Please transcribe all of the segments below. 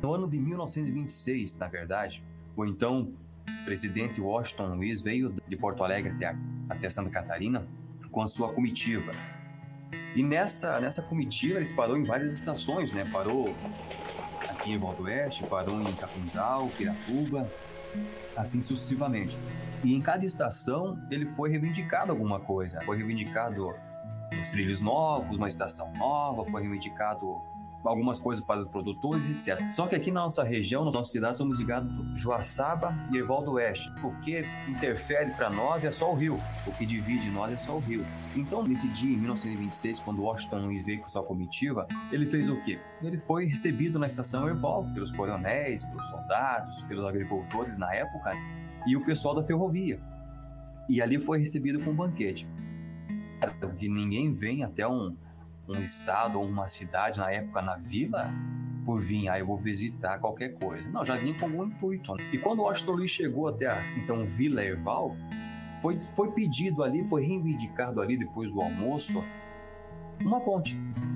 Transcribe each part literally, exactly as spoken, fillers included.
No ano de mil novecentos e vinte e seis, na verdade, o então presidente Washington Luiz veio de Porto Alegre até, até Santa Catarina com a sua comitiva. E nessa, nessa comitiva eles parou em várias estações, né? Parou aqui em Volta Oeste, parou em Capinzal, Piratuba, assim sucessivamente. E em cada estação ele foi reivindicado alguma coisa. Foi reivindicado os trilhos novos, uma estação nova, foi reivindicado algumas coisas para os produtores, etcétera. Só que aqui na nossa região, na nossa cidade, somos ligados a Joaçaba e Erval Oeste. O que interfere para nós é só o rio. O que divide nós é só o rio. Então, nesse dia, em mil novecentos e vinte e seis, quando Washington Luiz veio com sua comitiva, ele fez o quê? Ele foi recebido na estação Erval pelos coronéis, pelos soldados, pelos agricultores na época e o pessoal da ferrovia. E ali foi recebido com um banquete. Que ninguém vem até um um estado ou uma cidade, na época na vila, por vir, ah, eu vou visitar qualquer coisa. Não, já vinha com algum intuito. Né? E quando o Washington Luiz chegou até a, então, Vila Erval, foi, foi pedido ali, foi reivindicado ali, depois do almoço, uma ponte.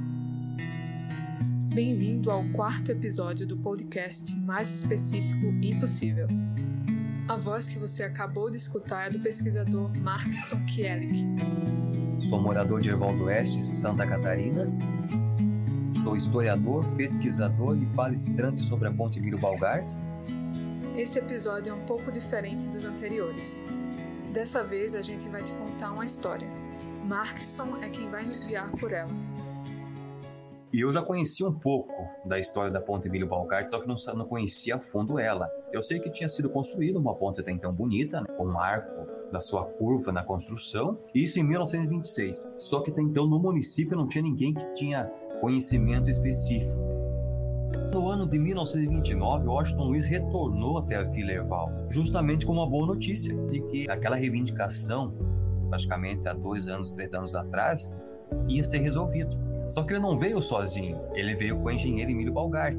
Bem-vindo ao quarto episódio do podcast Mais Específico Impossível. A voz que você acabou de escutar é do pesquisador Markson Kielick. Sou morador de Erval Oeste, Santa Catarina. Sou historiador, pesquisador e palestrante sobre a Ponte Emílio Balgart. Esse episódio é um pouco diferente dos anteriores. Dessa vez a gente vai te contar uma história. Markson é quem vai nos guiar por ela. E eu já conhecia um pouco da história da Ponte Emílio Balgart, só que não, não conhecia a fundo ela. Eu sei que tinha sido construída uma ponte até então bonita, né, com um arco da sua curva na construção, isso em mil novecentos e vinte e seis. Só que até então no município não tinha ninguém que tinha conhecimento específico. No ano de mil novecentos e vinte e nove, Washington Luiz retornou até a Vila Erval, justamente com uma boa notícia, de que aquela reivindicação, praticamente há dois anos, três anos atrás, ia ser resolvido. Só que ele não veio sozinho, ele veio com o engenheiro Emílio Balgart.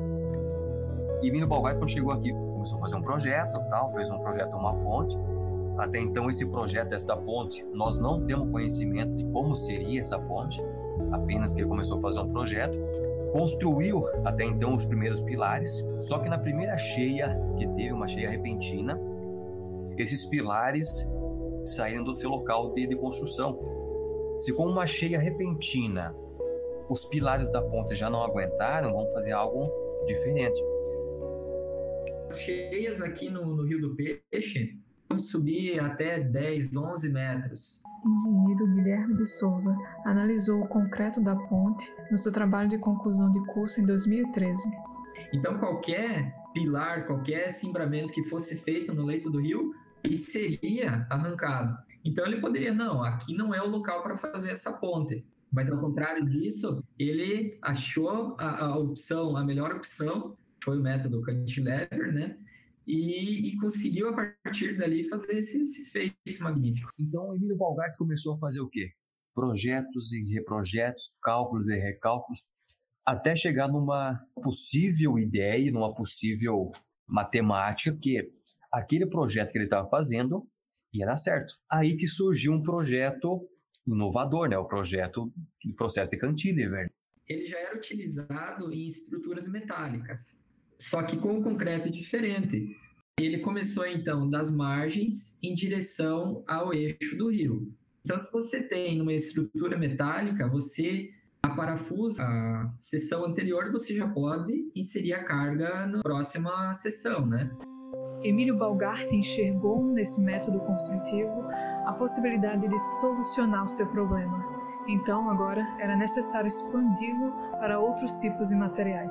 E Emílio Balgart, quando chegou aqui, começou a fazer um projeto, tal, fez um projeto, uma ponte. Até então, esse projeto, esta ponte, nós não temos conhecimento de como seria essa ponte, apenas que ele começou a fazer um projeto. Construiu até então os primeiros pilares, só que na primeira cheia, que teve uma cheia repentina, esses pilares saíram do seu local de, de construção. Se com uma cheia repentina os pilares da ponte já não aguentaram, vamos fazer algo diferente. As cheias aqui no, no Rio do Peixe vão subir até dez, onze metros. Engenheiro Guilherme de Souza analisou o concreto da ponte no seu trabalho de conclusão de curso em dois mil e treze. Então qualquer pilar, qualquer cimbramento que fosse feito no leito do rio, ele seria arrancado. Então ele poderia, não, aqui não é o local para fazer essa ponte. Mas ao contrário disso, ele achou a, a opção, a melhor opção, foi o método cantilever, né? E, e conseguiu, a partir dali, fazer esse, esse feito magnífico. Então, o Emílio Balgart começou a fazer o quê? Projetos e reprojetos, cálculos e recálculos, até chegar numa possível ideia, numa possível matemática, que aquele projeto que ele estava fazendo ia dar certo. Aí que surgiu um projeto inovador, né? O projeto do processo de cantilever. Ele já era utilizado em estruturas metálicas, só que com o concreto diferente. Ele começou, então, das margens em direção ao eixo do rio. Então, se você tem uma estrutura metálica, você aparafusa a seção anterior, você já pode inserir a carga na próxima seção, né? Emílio Balgart enxergou nesse método construtivo a possibilidade de solucionar o seu problema. Então, agora, era necessário expandi-lo para outros tipos de materiais.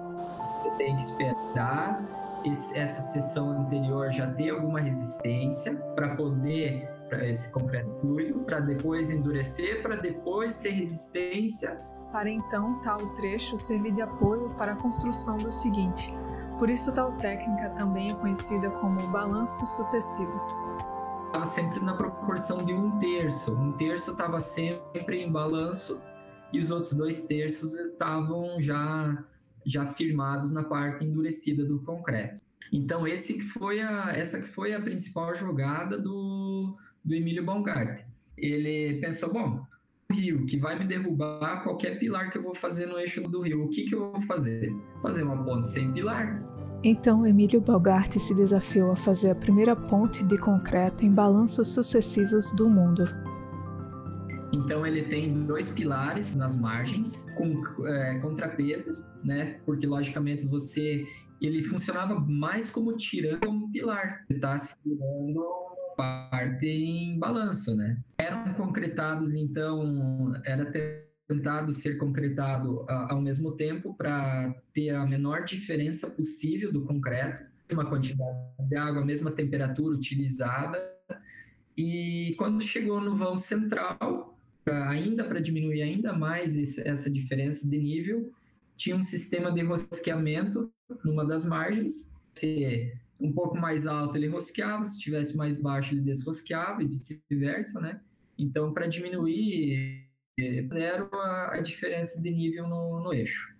Você tem que esperar esse, essa seção anterior já ter alguma resistência para poder, para esse concreto fluido, para depois endurecer, para depois ter resistência. Para então, tal trecho servir de apoio para a construção do seguinte. Por isso, tal técnica também é conhecida como balanços sucessivos. Estava sempre na proporção de um terço. Um terço estava sempre em balanço e os outros dois terços estavam já, já firmados na parte endurecida do concreto. Então, esse que foi a, essa que foi a principal jogada do, do Emílio Balgart. Ele pensou, bom, rio, que vai me derrubar qualquer pilar que eu vou fazer no eixo do rio. O que, que eu vou fazer? Fazer uma ponte sem pilar. Então, Emílio Balgarte se desafiou a fazer a primeira ponte de concreto em balanços sucessivos do mundo. Então, ele tem dois pilares nas margens, com é, contrapesos, né? Porque, logicamente, você... ele funcionava mais como tirando um pilar. Você está segurando parte em balanço, né? Eram concretados, então, era tentado ser concretado ao mesmo tempo para ter a menor diferença possível do concreto, uma quantidade de água, a mesma temperatura utilizada. E quando chegou no vão central, pra, ainda para diminuir ainda mais esse, essa diferença de nível, tinha um sistema de rosqueamento numa das margens. Se um pouco mais alto ele rosqueava, se estivesse mais baixo ele desrosqueava e vice-versa, né? Então, para diminuir zero a, a diferença de nível no, no eixo.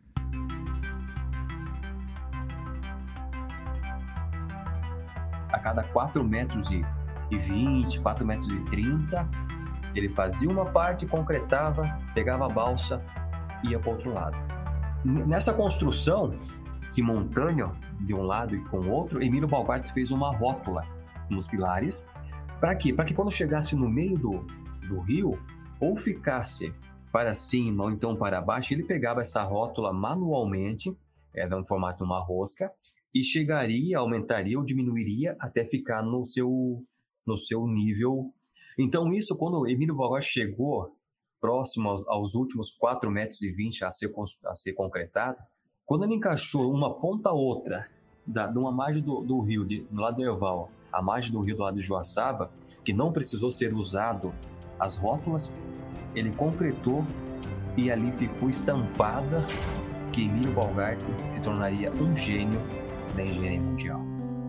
A cada quatro metros e vinte, quatro metros e trinta, ele fazia uma parte, concretava, pegava a balsa e ia para o outro lado. Nessa construção simultânea de um lado e com o outro, Emílio Balgarte fez uma rótula nos pilares. Para quê? Para que quando chegasse no meio do, do rio, ou ficasse para cima ou então para baixo, ele pegava essa rótula manualmente, era no formato de uma rosca, e chegaria, aumentaria ou diminuiria até ficar no seu, no seu nível. Então isso, quando Emílio Balgarte chegou próximo aos, aos últimos quatro metros e vinte a ser, a ser concretado, quando ele encaixou uma ponta a outra, da, de uma margem do, do rio, de, do lado do Herval, a margem do rio do lado de Joaçaba, que não precisou ser usado as rótulas, ele concretou e ali ficou estampada que Emílio Balgarte se tornaria um gênio da engenharia mundial.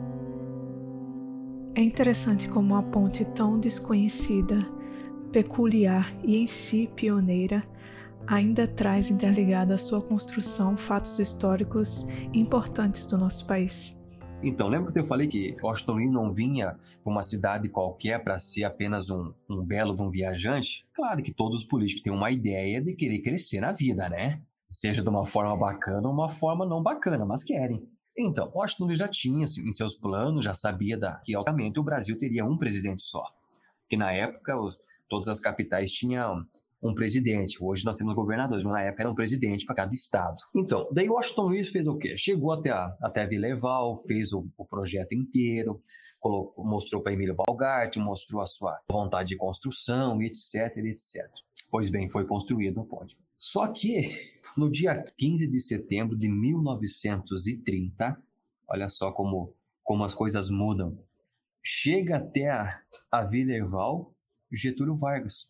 É interessante como uma ponte tão desconhecida, peculiar e em si pioneira ainda traz interligado à sua construção fatos históricos importantes do nosso país. Então, lembra que eu falei que Washington Luiz não vinha para uma cidade qualquer para ser apenas um, um belo de um viajante? Claro que todos os políticos têm uma ideia de querer crescer na vida, né? Seja de uma forma bacana ou uma forma não bacana, mas querem. Então, Washington Luiz já tinha em seus planos, já sabia da, que, obviamente, o Brasil teria um presidente só. Que na época, os, todas as capitais tinham um presidente. Hoje nós temos governadores, mas na época era um presidente para cada estado. Então, daí Washington Luiz fez o quê? Chegou até a, até a Vila Herval, fez o, o projeto inteiro, colocou, mostrou para Emílio Balgarte, mostrou a sua vontade de construção, etc, etcétera. Pois bem, foi construído o ponte. Só que, no dia quinze de setembro de mil novecentos e trinta, olha só como, como as coisas mudam, chega até a, a Vila Herval Getúlio Vargas,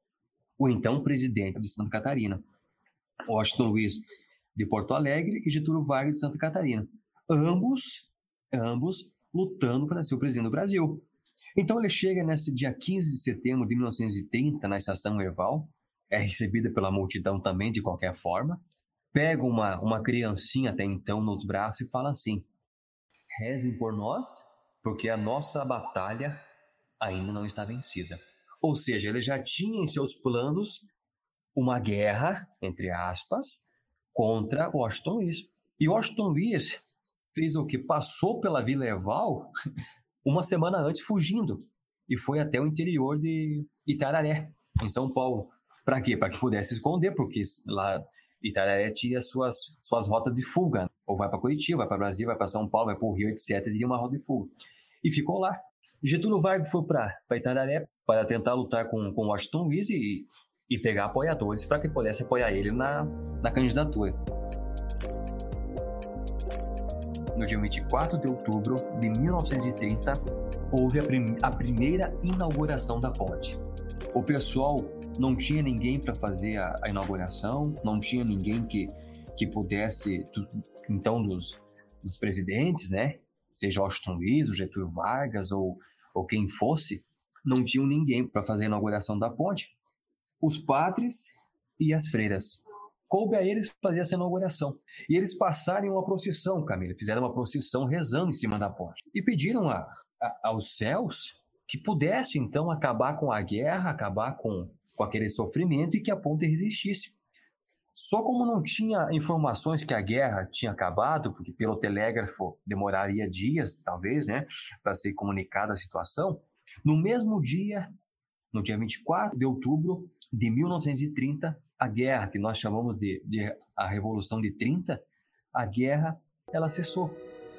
o então presidente de Santa Catarina. Washington Luiz de Porto Alegre e Getúlio Vargas de Santa Catarina. Ambos, ambos lutando para ser o presidente do Brasil. Então ele chega nesse dia quinze de setembro de mil novecentos e trinta, na estação Herval, é recebida pela multidão também de qualquer forma, pega uma, uma criancinha até então nos braços e fala assim: rezem por nós, porque a nossa batalha ainda não está vencida. Ou seja, ele já tinha em seus planos uma guerra, entre aspas, contra Washington Luiz. E Washington Luiz fez o que? Passou pela Vila Herval uma semana antes fugindo e foi até o interior de Itararé, em São Paulo. Para quê? Para que pudesse esconder, porque lá Itararé tinha suas, suas rotas de fuga. Ou vai para Curitiba, vai para Brasília, vai para São Paulo, vai para o Rio, etcétera. Tinha uma rota de fuga. E ficou lá. Getúlio Vargas foi para Itararé para tentar lutar com, com Washington Luiz e, e pegar apoiadores para que pudesse apoiar ele na, na candidatura. No dia vinte e quatro de outubro de mil novecentos e trinta, houve a, prim, a primeira inauguração da ponte. O pessoal não tinha ninguém para fazer a, a inauguração, não tinha ninguém que, que pudesse, então, dos, dos presidentes, né? Seja Washington Luiz, o Getúlio Vargas ou, ou quem fosse, não tinham ninguém para fazer a inauguração da ponte. Os padres e as freiras. Coube a eles fazer essa inauguração. E eles passaram uma procissão, Camila, fizeram uma procissão rezando em cima da ponte. E pediram a, a, aos céus que pudesse, então, acabar com a guerra, acabar com, com aquele sofrimento e que a ponte resistisse. Só como não tinha informações que a guerra tinha acabado, porque pelo telégrafo demoraria dias, talvez, né, para ser comunicada a situação, no mesmo dia, no dia vinte e quatro de outubro de mil novecentos e trinta, a guerra, que nós chamamos de, de a Revolução de trinta, a guerra, ela cessou.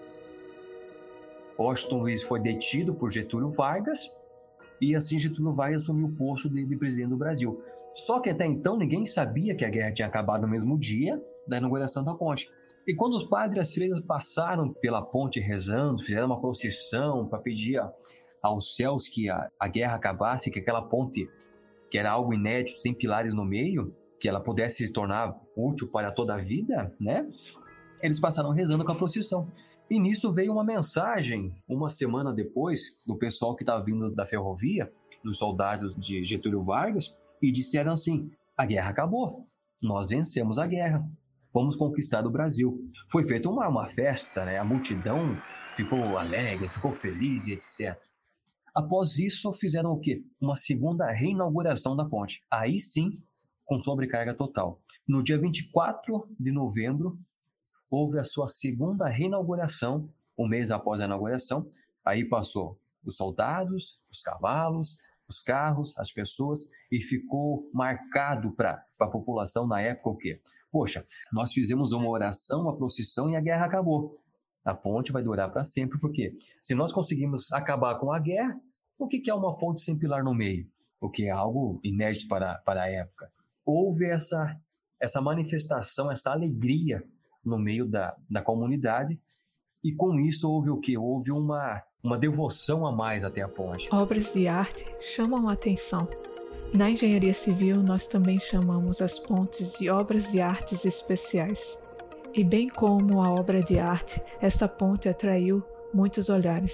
Washington Luiz foi detido por Getúlio Vargas e assim Getúlio Vargas assumiu o posto de, de presidente do Brasil. Só que até então ninguém sabia que a guerra tinha acabado no mesmo dia da inauguração da ponte. E quando os padres e as freiras passaram pela ponte rezando, fizeram uma procissão para pedir a, aos céus que a, a guerra acabasse, que aquela ponte, que era algo inédito, sem pilares no meio, que ela pudesse se tornar útil para toda a vida, né? Eles passaram rezando com a procissão. E nisso veio uma mensagem, uma semana depois, do pessoal que estava vindo da ferrovia, dos soldados de Getúlio Vargas, e disseram assim: a guerra acabou, nós vencemos a guerra, vamos conquistar o Brasil. Foi feita uma, uma festa, né? A multidão ficou alegre, ficou feliz e etcétera. Após isso, fizeram o quê? Uma segunda reinauguração da ponte. Aí sim, com sobrecarga total. No dia vinte e quatro de novembro, houve a sua segunda reinauguração, um mês após a inauguração. Aí passou os soldados, os cavalos, os carros, as pessoas, e ficou marcado para a população na época o quê? Poxa, nós fizemos uma oração, uma procissão e a guerra acabou. A ponte vai durar para sempre, porque se nós conseguimos acabar com a guerra, o que, que é uma ponte sem pilar no meio? O que é algo inédito para, para a época. Houve essa, essa manifestação, essa alegria no meio da, da comunidade, e com isso houve o quê? Houve uma, uma devoção a mais até a ponte. Obras de arte chamam a atenção. Na engenharia civil, nós também chamamos as pontes de obras de artes especiais. E bem como a obra de arte, esta ponte atraiu muitos olhares.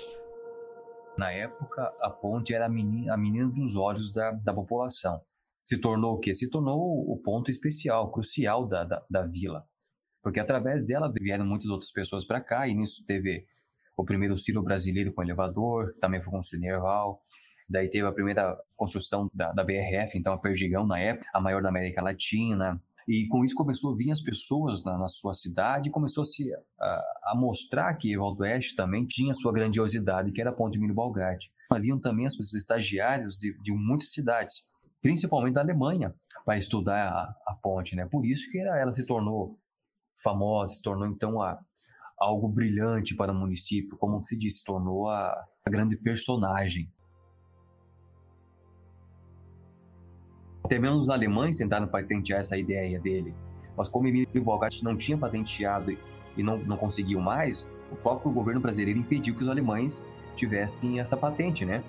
Na época, a ponte era a menina, a menina dos olhos da, da população. Se tornou o quê? Se tornou o ponto especial, crucial da, da, da vila. Porque através dela vieram muitas outras pessoas para cá, e nisso teve o primeiro silo brasileiro com elevador, também foi construído em Nerval. Daí teve a primeira construção da, da B R F, então a Perdigão na época, a maior da América Latina. E com isso começou a vir as pessoas na, na sua cidade, e começou-se a, a mostrar que Evaldo Oeste também tinha sua grandiosidade, que era a Ponte Emílio Balgard. Haviam também os estagiários de, de muitas cidades, principalmente da Alemanha, para estudar a, a ponte, né? Por isso que ela, ela se tornou famosa, se tornou então a, algo brilhante para o município, como se diz, se tornou a, a grande personagem. Até mesmo os alemães tentaram patentear essa ideia dele, mas como Emílio Balgard não tinha patenteado e, e não, não conseguiu mais, o próprio governo brasileiro impediu que os alemães tivessem essa patente, né?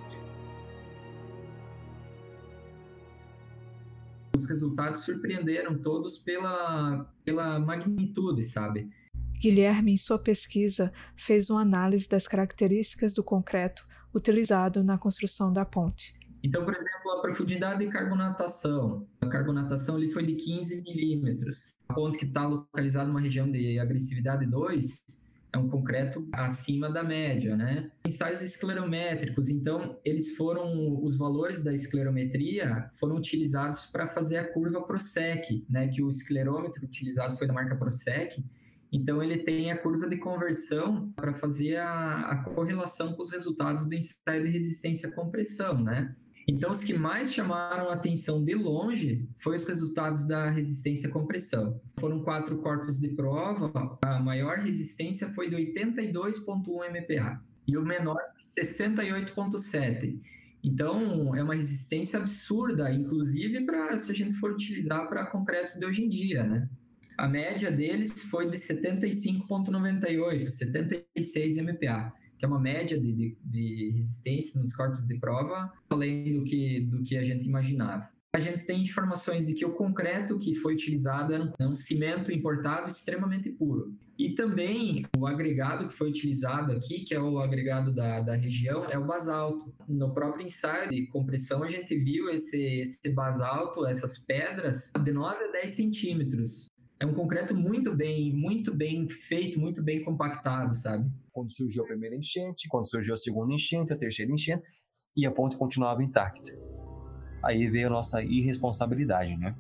Os resultados surpreenderam todos pela, pela magnitude, sabe? Guilherme, em sua pesquisa, fez uma análise das características do concreto utilizado na construção da ponte. Então, por exemplo, a profundidade de carbonatação. A carbonatação ali foi de quinze milímetros. A ponte que está localizada numa região de agressividade dois é um concreto acima da média, né? Ensaios esclerométricos, então, eles foram, os valores da esclerometria foram utilizados para fazer a curva Prosec, né? Que o esclerômetro utilizado foi da marca Prosec. Então, ele tem a curva de conversão para fazer a, a correlação com os resultados do ensaio de resistência à compressão, né? Então, os que mais chamaram a atenção de longe foram os resultados da resistência à compressão. Foram quatro corpos de prova, a maior resistência foi de oitenta e dois vírgula um M P A e o menor de sessenta e oito vírgula sete. Então, é uma resistência absurda, inclusive para se a gente for utilizar para concretos de hoje em dia, né? A média deles foi de setenta e cinco vírgula noventa e oito, setenta e seis M P A. Que é uma média de, de, de resistência nos corpos de prova, além do que, do que a gente imaginava. A gente tem informações de que o concreto que foi utilizado era um, é um cimento importado extremamente puro. E também o agregado que foi utilizado aqui, que é o agregado da, da região, é o basalto. No próprio ensaio de compressão, a gente viu esse, esse basalto, essas pedras, de nove a dez centímetros. É um concreto muito bem, muito bem feito, muito bem compactado, sabe? Quando surgiu a primeira enchente, quando surgiu a segunda enchente, a terceira enchente, e a ponte continuava intacta. Aí veio a nossa irresponsabilidade, né?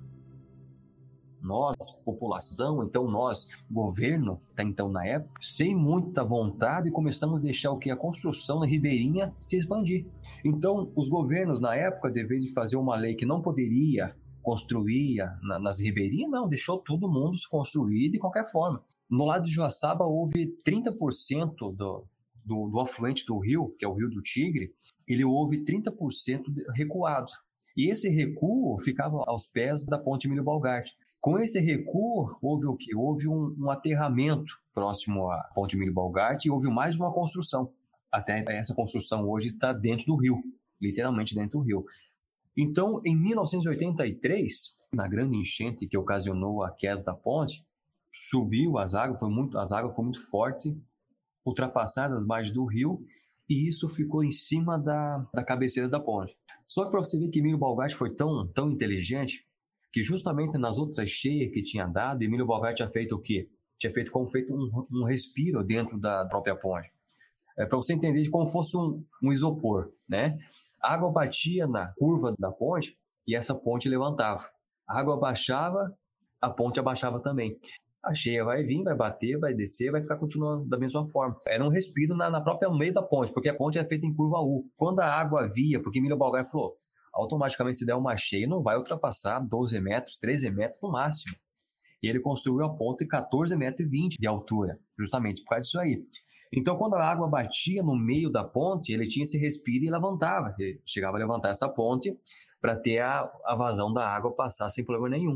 Nós, população, então nós, governo, até então na época, sem muita vontade, começamos a deixar o que? A construção na ribeirinha se expandir. Então, os governos na época, de vez de fazer uma lei que não poderia construir na, nas ribeirinhas, não, deixou todo mundo se construir de qualquer forma. No lado de Joaçaba, houve trinta por cento do, do, do afluente do rio, que é o Rio do Tigre, ele houve trinta por cento recuado. E esse recuo ficava aos pés da ponte Emílio Balgart. Com esse recuo, houve o quê? Houve um, um aterramento próximo à ponte Emílio Balgart e houve mais uma construção. Até essa construção hoje está dentro do rio, literalmente dentro do rio. Então, em mil novecentos e oitenta e três, na grande enchente que ocasionou a queda da ponte, subiu as águas, foi muito, as águas foi muito forte, ultrapassaram as margens do rio, e isso ficou em cima da, da cabeceira da ponte. Só que para você ver que Emílio Balgart foi tão, tão inteligente, que justamente nas outras cheias que tinha dado, Emílio Balgart tinha feito o quê? Tinha feito como feito um, um respiro dentro da própria ponte. É para você entender de como fosse um, um isopor, né? A água batia na curva da ponte e essa ponte levantava. A água abaixava, a ponte abaixava também. A cheia vai vir, vai bater, vai descer, vai ficar continuando da mesma forma. Era um respiro na, na própria meio da ponte, porque a ponte é feita em curva U. Quando a água via, porque Emílio Balgart falou, automaticamente se der uma cheia, não vai ultrapassar doze metros, treze metros no máximo. E ele construiu a ponte quatorze metros e vinte de altura, justamente por causa disso aí. Então, quando a água batia no meio da ponte, ele tinha esse respiro e levantava. Ele chegava a levantar essa ponte para ter a, a vazão da água passar sem problema nenhum.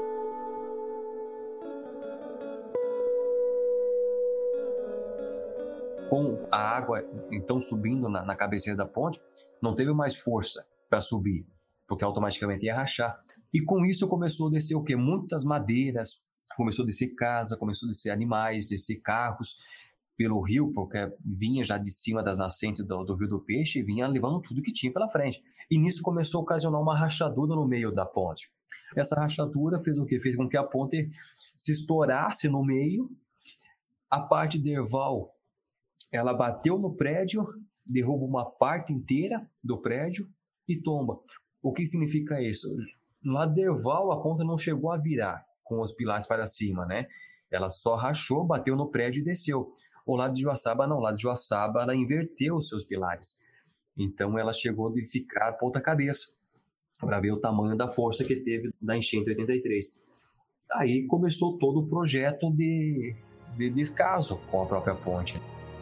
Com a água, então, subindo na, na cabeceira da ponte, não teve mais força para subir, porque automaticamente ia rachar. E com isso começou a descer o quê? Muitas madeiras, começou a descer casa, começou a descer animais, descer carros pelo rio, porque vinha já de cima das nascentes do, do Rio do Peixe e vinha levando tudo que tinha pela frente. E nisso começou a ocasionar uma rachadura no meio da ponte. Essa rachadura fez o quê? Fez com que a ponte se estourasse no meio. A parte de Herval, ela bateu no prédio, derruba uma parte inteira do prédio e tomba. O que significa isso? No lado de Herval, a ponta não chegou a virar com os pilares para cima, né? Ela só rachou, bateu no prédio e desceu. O lado de Joaçaba não, o lado de Joaçaba ela inverteu os seus pilares. Então ela chegou de ficar ponta cabeça, para ver o tamanho da força que teve da enchente de oitenta e três. Aí começou todo o projeto de, de descaso com a própria ponte.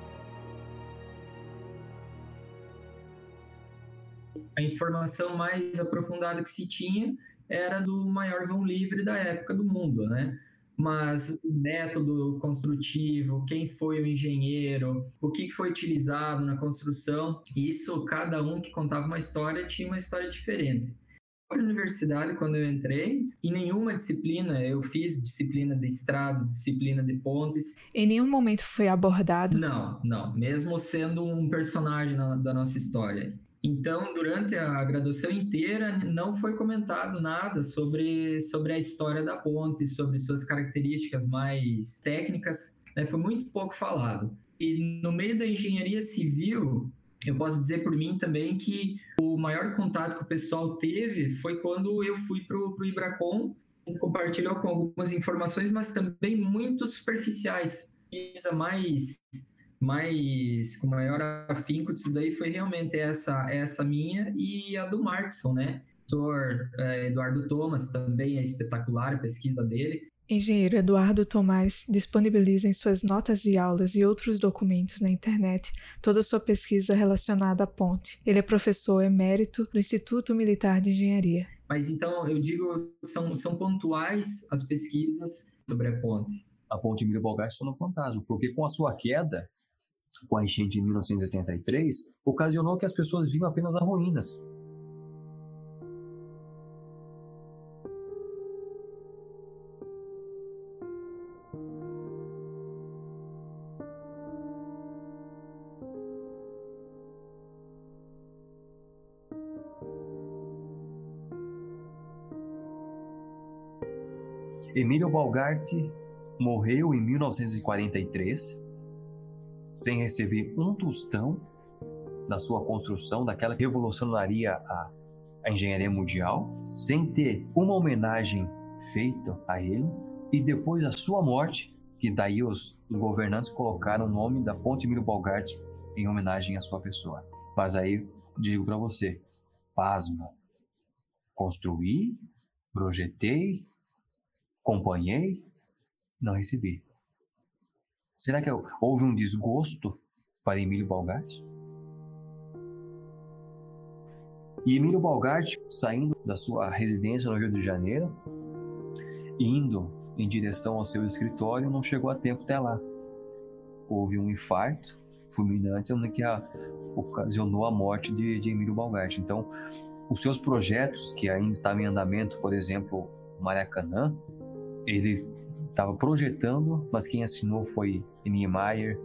A informação mais aprofundada que se tinha era do maior vão livre da época do mundo, né? Mas o método construtivo, quem foi o engenheiro, o que foi utilizado na construção, isso, cada um que contava uma história tinha uma história diferente. Na universidade, quando eu entrei, em nenhuma disciplina, eu fiz disciplina de estradas, disciplina de pontes. Em nenhum momento foi abordado? Não, não, mesmo sendo um personagem na, da nossa história. Então, durante a graduação inteira, não foi comentado nada sobre, sobre a história da ponte, sobre suas características mais técnicas, né? Foi muito pouco falado. E no meio da engenharia civil, eu posso dizer por mim também que o maior contato que o pessoal teve foi quando eu fui para o Ibracon, compartilhou com algumas informações, mas também muito superficiais. Pesquisa mais... mas com maior afinco disso daí foi realmente essa, essa minha e a do Markson, né? O professor é, Eduardo Thomas também é espetacular a pesquisa dele. Engenheiro Eduardo Tomás disponibiliza em suas notas de aulas e outros documentos na internet toda a sua pesquisa relacionada à ponte. Ele é professor emérito do Instituto Militar de Engenharia. Mas então, eu digo, são, são pontuais as pesquisas sobre a ponte. A ponte Emílio Balgart está no fantasma, porque com a sua queda, com a enchente de mil novecentos e oitenta e três, ocasionou que as pessoas viam apenas as ruínas. Emílio Balgart morreu em mil novecentos e quarenta e três, sem receber um tostão da sua construção, daquela que revolucionaria a, a engenharia mundial, sem ter uma homenagem feita a ele, e depois da sua morte, que daí os, os governantes colocaram o nome da Ponte Emílio Boggart em homenagem à sua pessoa. Mas aí, digo para você, pasma, construí, projetei, acompanhei, não recebi. Será que houve um desgosto para Emílio Boggart? E Emílio Boggart, saindo da sua residência no Rio de Janeiro, indo em direção ao seu escritório, não chegou a tempo até lá. Houve um infarto fulminante que a, ocasionou a morte de, de Emílio Boggart. Então, os seus projetos que ainda estavam em andamento, por exemplo, Maracanã, ele estava projetando, mas quem assinou foi Niemeyer.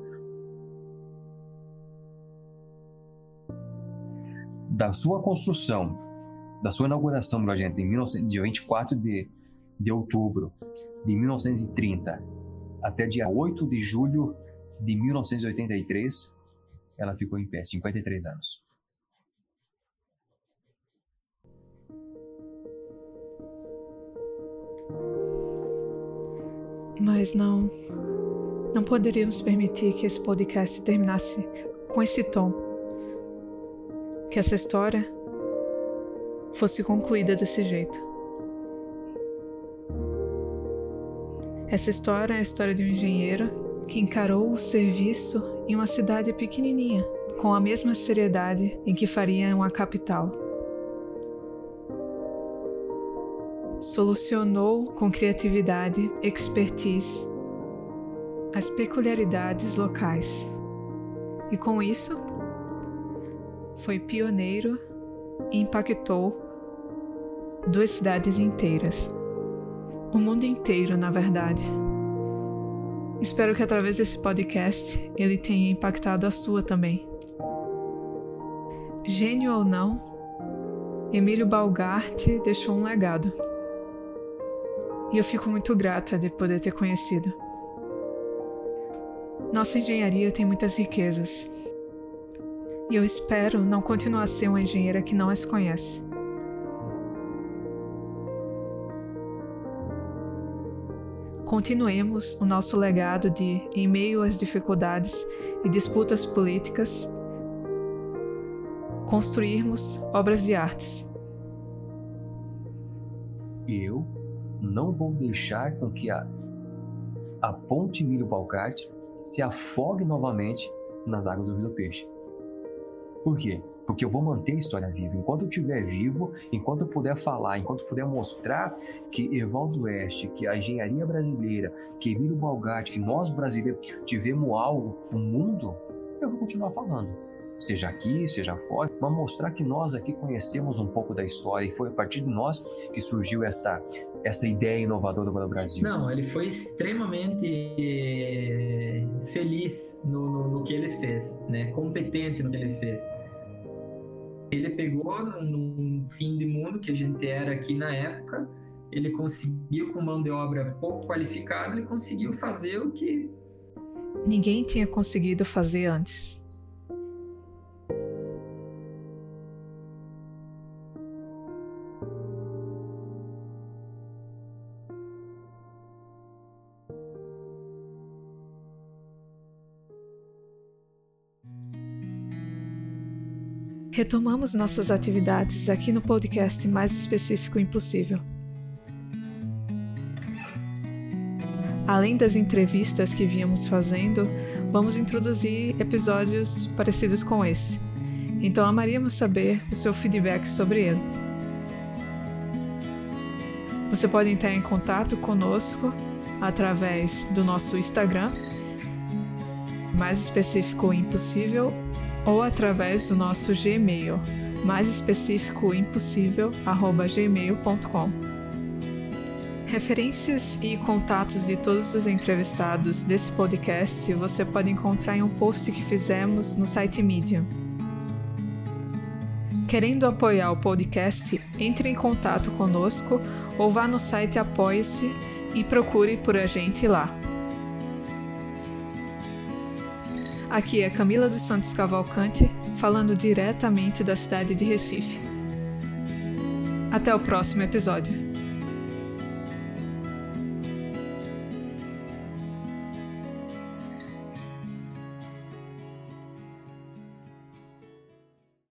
Da sua construção, da sua inauguração, meu gente, em dia vinte e quatro de, de outubro de mil novecentos e trinta até dia oito de julho de mil novecentos e oitenta e três, ela ficou em pé, cinquenta e três anos. Mas não, não poderíamos permitir que esse podcast terminasse com esse tom. Que essa história fosse concluída desse jeito. Essa história é a história de um engenheiro que encarou o serviço em uma cidade pequenininha, com a mesma seriedade em que faria em uma capital. Solucionou com criatividade, expertise, as peculiaridades locais. E com isso, foi pioneiro e impactou duas cidades inteiras. O mundo inteiro, na verdade. Espero que através desse podcast ele tenha impactado a sua também. Gênio ou não, Emílio Boggart deixou um legado. E eu fico muito grata de poder ter conhecido. Nossa engenharia tem muitas riquezas. E eu espero não continuar a ser uma engenheira que não as conhece. Continuemos o nosso legado de, em meio às dificuldades e disputas políticas, construirmos obras de artes. Eu não vou deixar com que a, a Ponte Emílio Boggart se afogue novamente nas águas do Rio do Peixe. Por quê? Porque eu vou manter a história viva. Enquanto eu estiver vivo, enquanto eu puder falar, enquanto eu puder mostrar que Evaldo Oeste, que a engenharia brasileira, que Emílio Boggart, que nós brasileiros tivemos algo no mundo, eu vou continuar falando. Seja aqui, seja fora, mas mostrar que nós aqui conhecemos um pouco da história e foi a partir de nós que surgiu essa, essa ideia inovadora para o Brasil. Não, ele foi extremamente feliz no, no, no que ele fez, né? Competente no que ele fez. Ele pegou num fim de mundo que a gente era aqui na época, ele conseguiu, com mão de obra pouco qualificada, ele conseguiu fazer o que ninguém tinha conseguido fazer antes. Retomamos nossas atividades aqui no podcast Mais Específico Impossível. Além das entrevistas que víamos fazendo, vamos introduzir episódios parecidos com esse. Então amaríamos saber o seu feedback sobre ele. Você pode entrar em contato conosco através do nosso Instagram, Mais Específico Impossível, ou através do nosso Gmail, mais específico impossível arroba gmail ponto com. Referências e contatos de todos os entrevistados desse podcast você pode encontrar em um post que fizemos no site Medium. Querendo apoiar o podcast, entre em contato conosco ou vá no site Apoie-se e procure por a gente lá. Aqui é Camila dos Santos Cavalcante, falando diretamente da cidade de Recife. Até o próximo episódio.